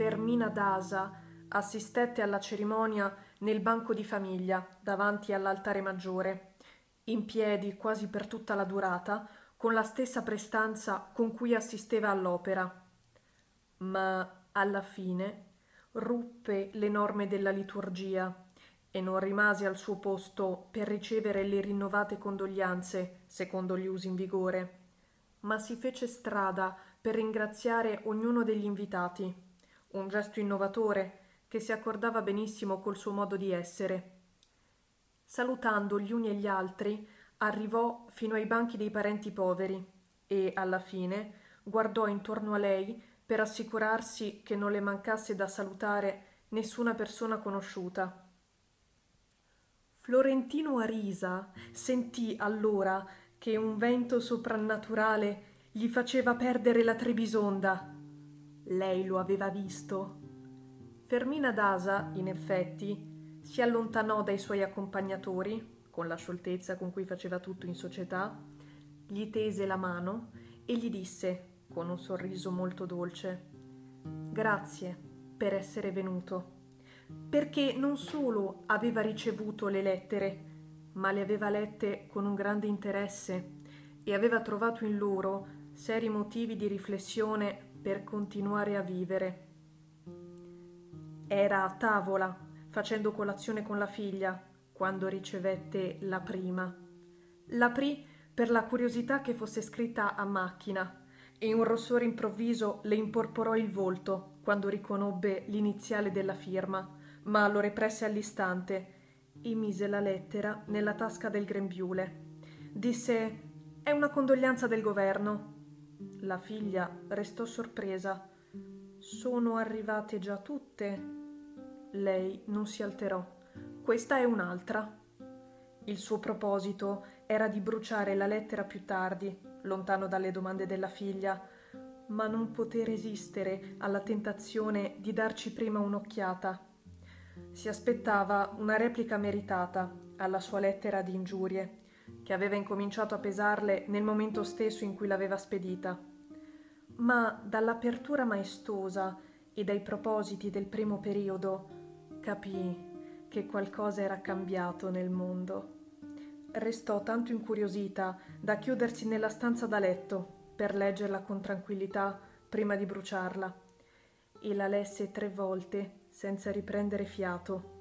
Fermina Dasa assistette alla cerimonia nel banco di famiglia davanti all'altare maggiore, in piedi quasi per tutta la durata, con la stessa prestanza con cui assisteva all'opera. Ma alla fine ruppe le norme della liturgia e non rimase al suo posto per ricevere le rinnovate condoglianze secondo gli usi in vigore, ma si fece strada per ringraziare ognuno degli invitati, un gesto innovatore che si accordava benissimo col suo modo di essere. Salutando gli uni e gli altri, arrivò fino ai banchi dei parenti poveri e, alla fine, guardò intorno a lei per assicurarsi che non le mancasse da salutare nessuna persona conosciuta. Florentino Arisa sentì allora che un vento soprannaturale gli faceva perdere la Trebisonda. Lei lo aveva visto. Fermina Dasa, in effetti, si allontanò dai suoi accompagnatori, con la scioltezza con cui faceva tutto in società, gli tese la mano e gli disse, con un sorriso molto dolce: «Grazie per essere venuto», perché non solo aveva ricevuto le lettere, ma le aveva lette con un grande interesse e aveva trovato in loro seri motivi di riflessione per continuare a vivere. Era a tavola, facendo colazione con la figlia, quando ricevette la prima. L'aprì per la curiosità che fosse scritta a macchina e un rossore improvviso le imporporò il volto quando riconobbe l'iniziale della firma, ma lo represse all'istante e mise la lettera nella tasca del grembiule. Disse: «È una condoglianza del governo». La figlia restò sorpresa. «Sono arrivate già tutte?» Lei non si alterò. «Questa è un'altra». Il suo proposito era di bruciare la lettera più tardi, lontano dalle domande della figlia, ma non poté resistere alla tentazione di darci prima un'occhiata. Si aspettava una replica meritata alla sua lettera di ingiurie, che aveva incominciato a pesarle nel momento stesso in cui l'aveva spedita. Ma dall'apertura maestosa e dai propositi del primo periodo capì che qualcosa era cambiato nel mondo. Restò tanto incuriosita da chiudersi nella stanza da letto per leggerla con tranquillità prima di bruciarla, e la lesse 3 volte senza riprendere fiato.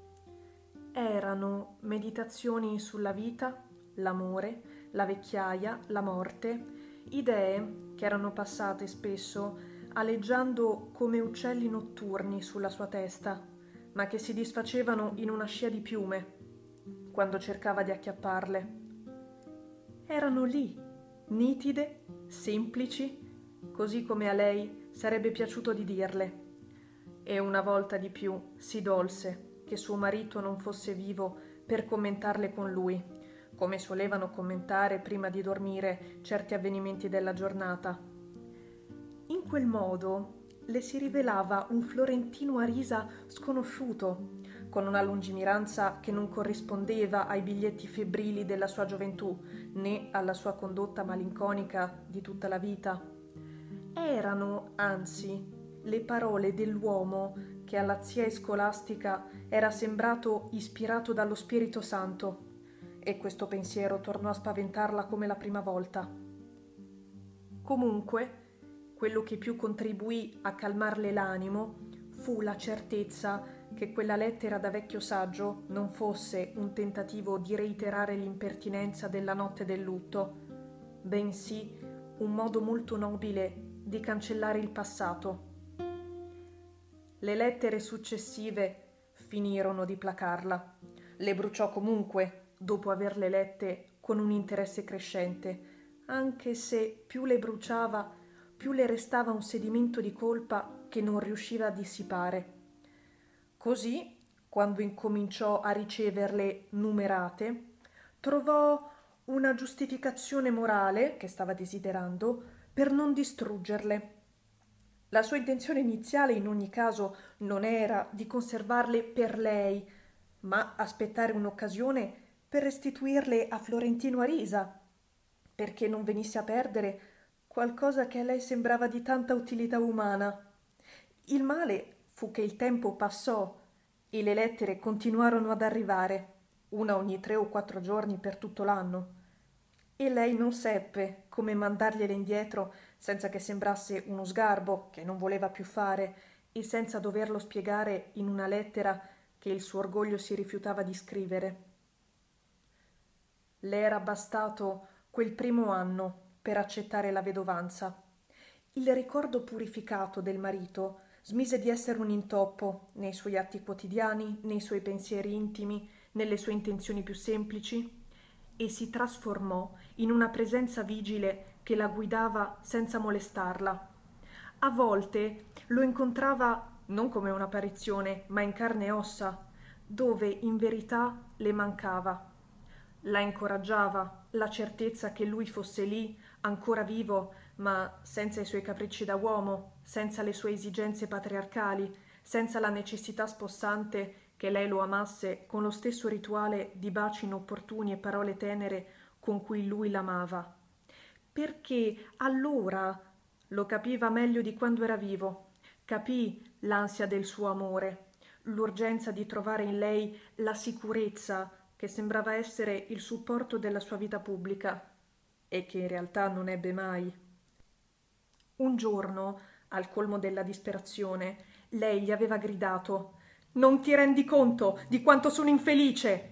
Erano meditazioni sulla vita, l'amore, la vecchiaia, la morte, idee che erano passate spesso aleggiando come uccelli notturni sulla sua testa, ma che si disfacevano in una scia di piume quando cercava di acchiapparle. Erano lì, nitide, semplici, così come a lei sarebbe piaciuto di dirle. E una volta di più si dolse che suo marito non fosse vivo per commentarle con lui, come solevano commentare prima di dormire certi avvenimenti della giornata. In quel modo le si rivelava un Florentino Arisa sconosciuto, con una lungimiranza che non corrispondeva ai biglietti febbrili della sua gioventù, né alla sua condotta malinconica di tutta la vita. Erano, anzi, le parole dell'uomo che alla zia scolastica era sembrato ispirato dallo Spirito Santo, e questo pensiero tornò a spaventarla come la prima volta. Comunque, quello che più contribuì a calmarle l'animo fu la certezza che quella lettera da vecchio saggio non fosse un tentativo di reiterare l'impertinenza della notte del lutto, bensì un modo molto nobile di cancellare il passato. Le lettere successive finirono di placarla. Le bruciò comunque, dopo averle lette con un interesse crescente, anche se più le bruciava, più le restava un sedimento di colpa che non riusciva a dissipare. Così, quando incominciò a riceverle numerate, trovò una giustificazione morale, che stava desiderando, per non distruggerle. La sua intenzione iniziale in ogni caso non era di conservarle per lei, ma aspettare un'occasione per restituirle a Florentino Arisa, perché non venisse a perdere qualcosa che a lei sembrava di tanta utilità umana. Il male fu che il tempo passò e le lettere continuarono ad arrivare, una ogni 3 o 4 giorni per tutto l'anno. E lei non seppe come mandargliele indietro senza che sembrasse uno sgarbo che non voleva più fare e senza doverlo spiegare in una lettera che il suo orgoglio si rifiutava di scrivere. Le era bastato quel primo anno per accettare la vedovanza. Il ricordo purificato del marito smise di essere un intoppo nei suoi atti quotidiani, nei suoi pensieri intimi, nelle sue intenzioni più semplici, e si trasformò in una presenza vigile che la guidava senza molestarla. A volte lo incontrava non come un'apparizione, ma in carne e ossa, dove in verità le mancava. La incoraggiava la certezza che lui fosse lì, ancora vivo, ma senza i suoi capricci da uomo, senza le sue esigenze patriarcali, senza la necessità spossante che lei lo amasse con lo stesso rituale di baci inopportuni e parole tenere con cui lui l'amava. Perché allora lo capiva meglio di quando era vivo, capì l'ansia del suo amore, l'urgenza di trovare in lei la sicurezza che sembrava essere il supporto della sua vita pubblica e che in realtà non ebbe mai. Un giorno, al colmo della disperazione, lei gli aveva gridato: «Non ti rendi conto di quanto sono infelice?»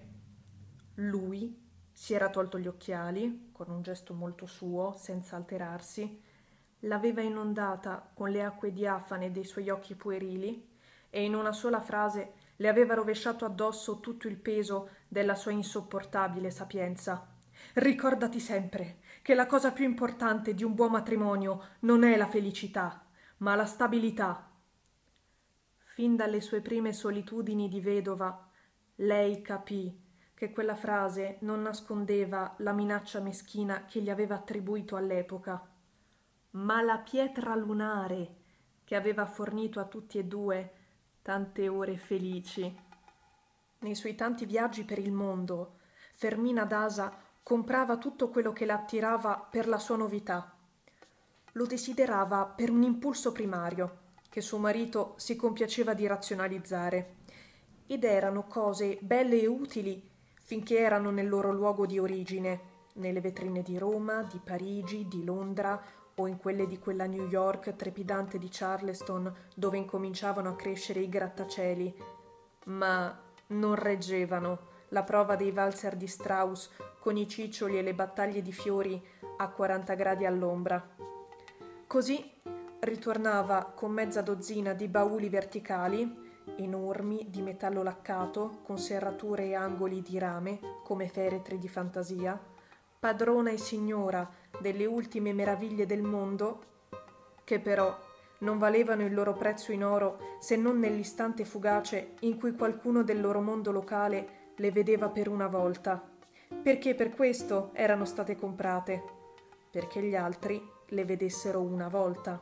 Lui si era tolto gli occhiali, con un gesto molto suo, senza alterarsi, l'aveva inondata con le acque diafane dei suoi occhi puerili e in una sola frase le aveva rovesciato addosso tutto il peso della sua insopportabile sapienza. «Ricordati sempre che la cosa più importante di un buon matrimonio non è la felicità, ma la stabilità». Fin dalle sue prime solitudini di vedova, lei capì che quella frase non nascondeva la minaccia meschina che gli aveva attribuito all'epoca, ma la pietra lunare che aveva fornito a tutti e due tante ore felici. Nei suoi tanti viaggi per il mondo, Fermina Dasa comprava tutto quello che la attirava per la sua novità. Lo desiderava per un impulso primario, che suo marito si compiaceva di razionalizzare. Ed erano cose belle e utili finché erano nel loro luogo di origine, nelle vetrine di Roma, di Parigi, di Londra o in quelle di quella New York trepidante di Charleston dove incominciavano a crescere i grattacieli, ma non reggevano la prova dei valzer di Strauss con i ciccioli e le battaglie di fiori a 40 gradi all'ombra. Così ritornava con mezza dozzina di bauli verticali, enormi, di metallo laccato, con serrature e angoli di rame, come feretri di fantasia, padrona e signora delle ultime meraviglie del mondo, che però non valevano il loro prezzo in oro se non nell'istante fugace in cui qualcuno del loro mondo locale le vedeva per una volta, perché per questo erano state comprate, perché gli altri le vedessero una volta.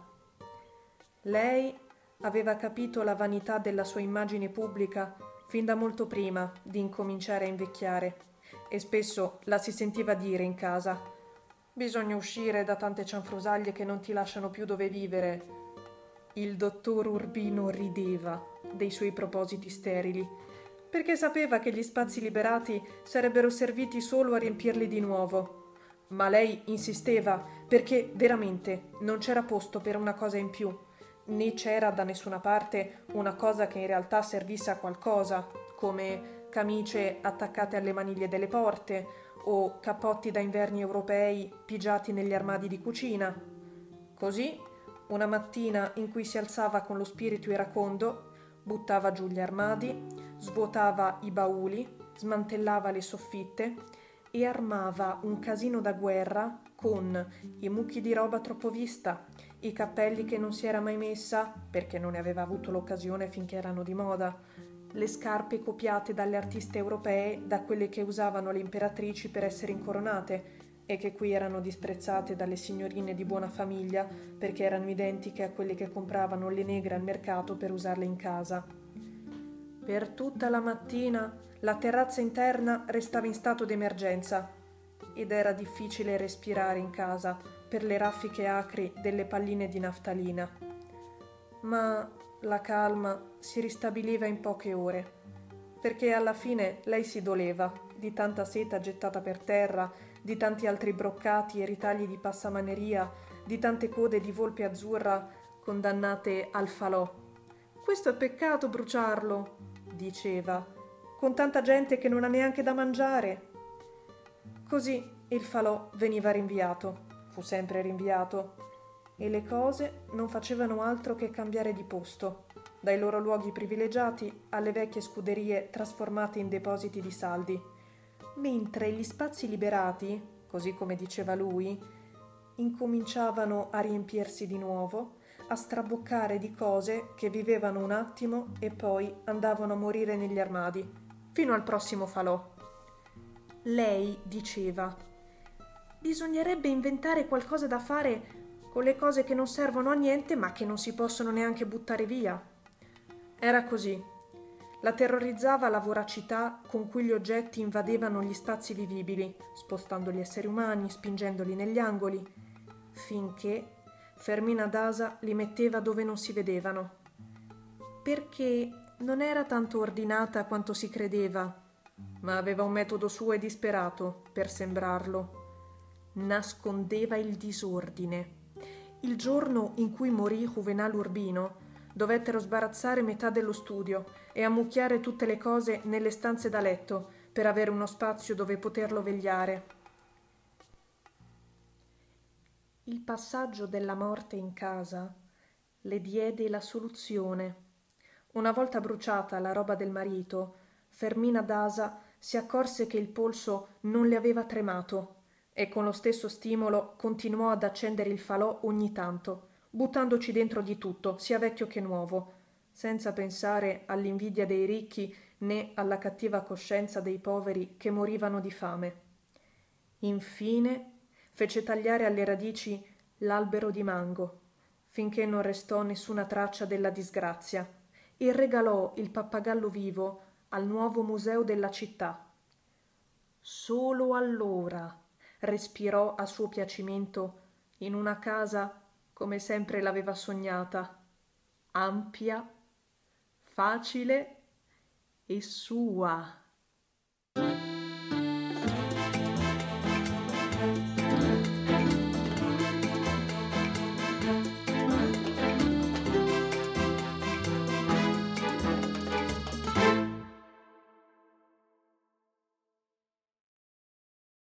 Lei aveva capito la vanità della sua immagine pubblica fin da molto prima di incominciare a invecchiare e spesso la si sentiva dire in casa: «Bisogna uscire da tante cianfrusaglie che non ti lasciano più dove vivere». Il dottor Urbino rideva dei suoi propositi sterili, perché sapeva che gli spazi liberati sarebbero serviti solo a riempirli di nuovo. Ma lei insisteva perché veramente non c'era posto per una cosa in più, né c'era da nessuna parte una cosa che in realtà servisse a qualcosa, come camicie attaccate alle maniglie delle porte o cappotti da inverni europei pigiati negli armadi di cucina. Così, una mattina in cui si alzava con lo spirito iracondo, buttava giù gli armadi, svuotava i bauli, smantellava le soffitte e armava un casino da guerra con i mucchi di roba troppo vista, i cappelli che non si era mai messa perché non ne aveva avuto l'occasione finché erano di moda, le scarpe copiate dalle artiste europee da quelle che usavano le imperatrici per essere incoronate e che qui erano disprezzate dalle signorine di buona famiglia perché erano identiche a quelle che compravano le negre al mercato per usarle in casa. Per tutta la mattina la terrazza interna restava in stato d'emergenza ed era difficile respirare in casa per le raffiche acri delle palline di naftalina. Ma la calma si ristabiliva in poche ore, perché alla fine lei si doleva di tanta seta gettata per terra, di tanti altri broccati e ritagli di passamaneria, di tante code di volpe azzurra condannate al falò. Questo è peccato bruciarlo, diceva, con tanta gente che non ha neanche da mangiare. Così il falò veniva rinviato, fu sempre rinviato, e le cose non facevano altro che cambiare di posto, dai loro luoghi privilegiati alle vecchie scuderie trasformate in depositi di saldi, mentre gli spazi liberati, così come diceva lui, incominciavano a riempirsi di nuovo, a straboccare di cose che vivevano un attimo e poi andavano a morire negli armadi, fino al prossimo falò. Lei diceva: bisognerebbe inventare qualcosa da fare con le cose che non servono a niente ma che non si possono neanche buttare via. Era così. La terrorizzava la voracità con cui gli oggetti invadevano gli spazi vivibili, spostando gli esseri umani, spingendoli negli angoli, finché Fermina Dasa li metteva dove non si vedevano. Perché non era tanto ordinata quanto si credeva, ma aveva un metodo suo e disperato per sembrarlo. Nascondeva il disordine. Il giorno in cui morì Juvenal Urbino, dovettero sbarazzare metà dello studio e ammucchiare tutte le cose nelle stanze da letto per avere uno spazio dove poterlo vegliare. Il passaggio della morte in casa le diede la soluzione. Una volta bruciata la roba del marito, Fermina Dasa si accorse che il polso non le aveva tremato e con lo stesso stimolo continuò ad accendere il falò ogni tanto, buttandoci dentro di tutto, sia vecchio che nuovo, senza pensare all'invidia dei ricchi né alla cattiva coscienza dei poveri che morivano di fame. Infine fece tagliare alle radici l'albero di mango, finché non restò nessuna traccia della disgrazia, e regalò il pappagallo vivo al nuovo museo della città. Solo allora respirò a suo piacimento in una casa come sempre l'aveva sognata, ampia, facile e sua.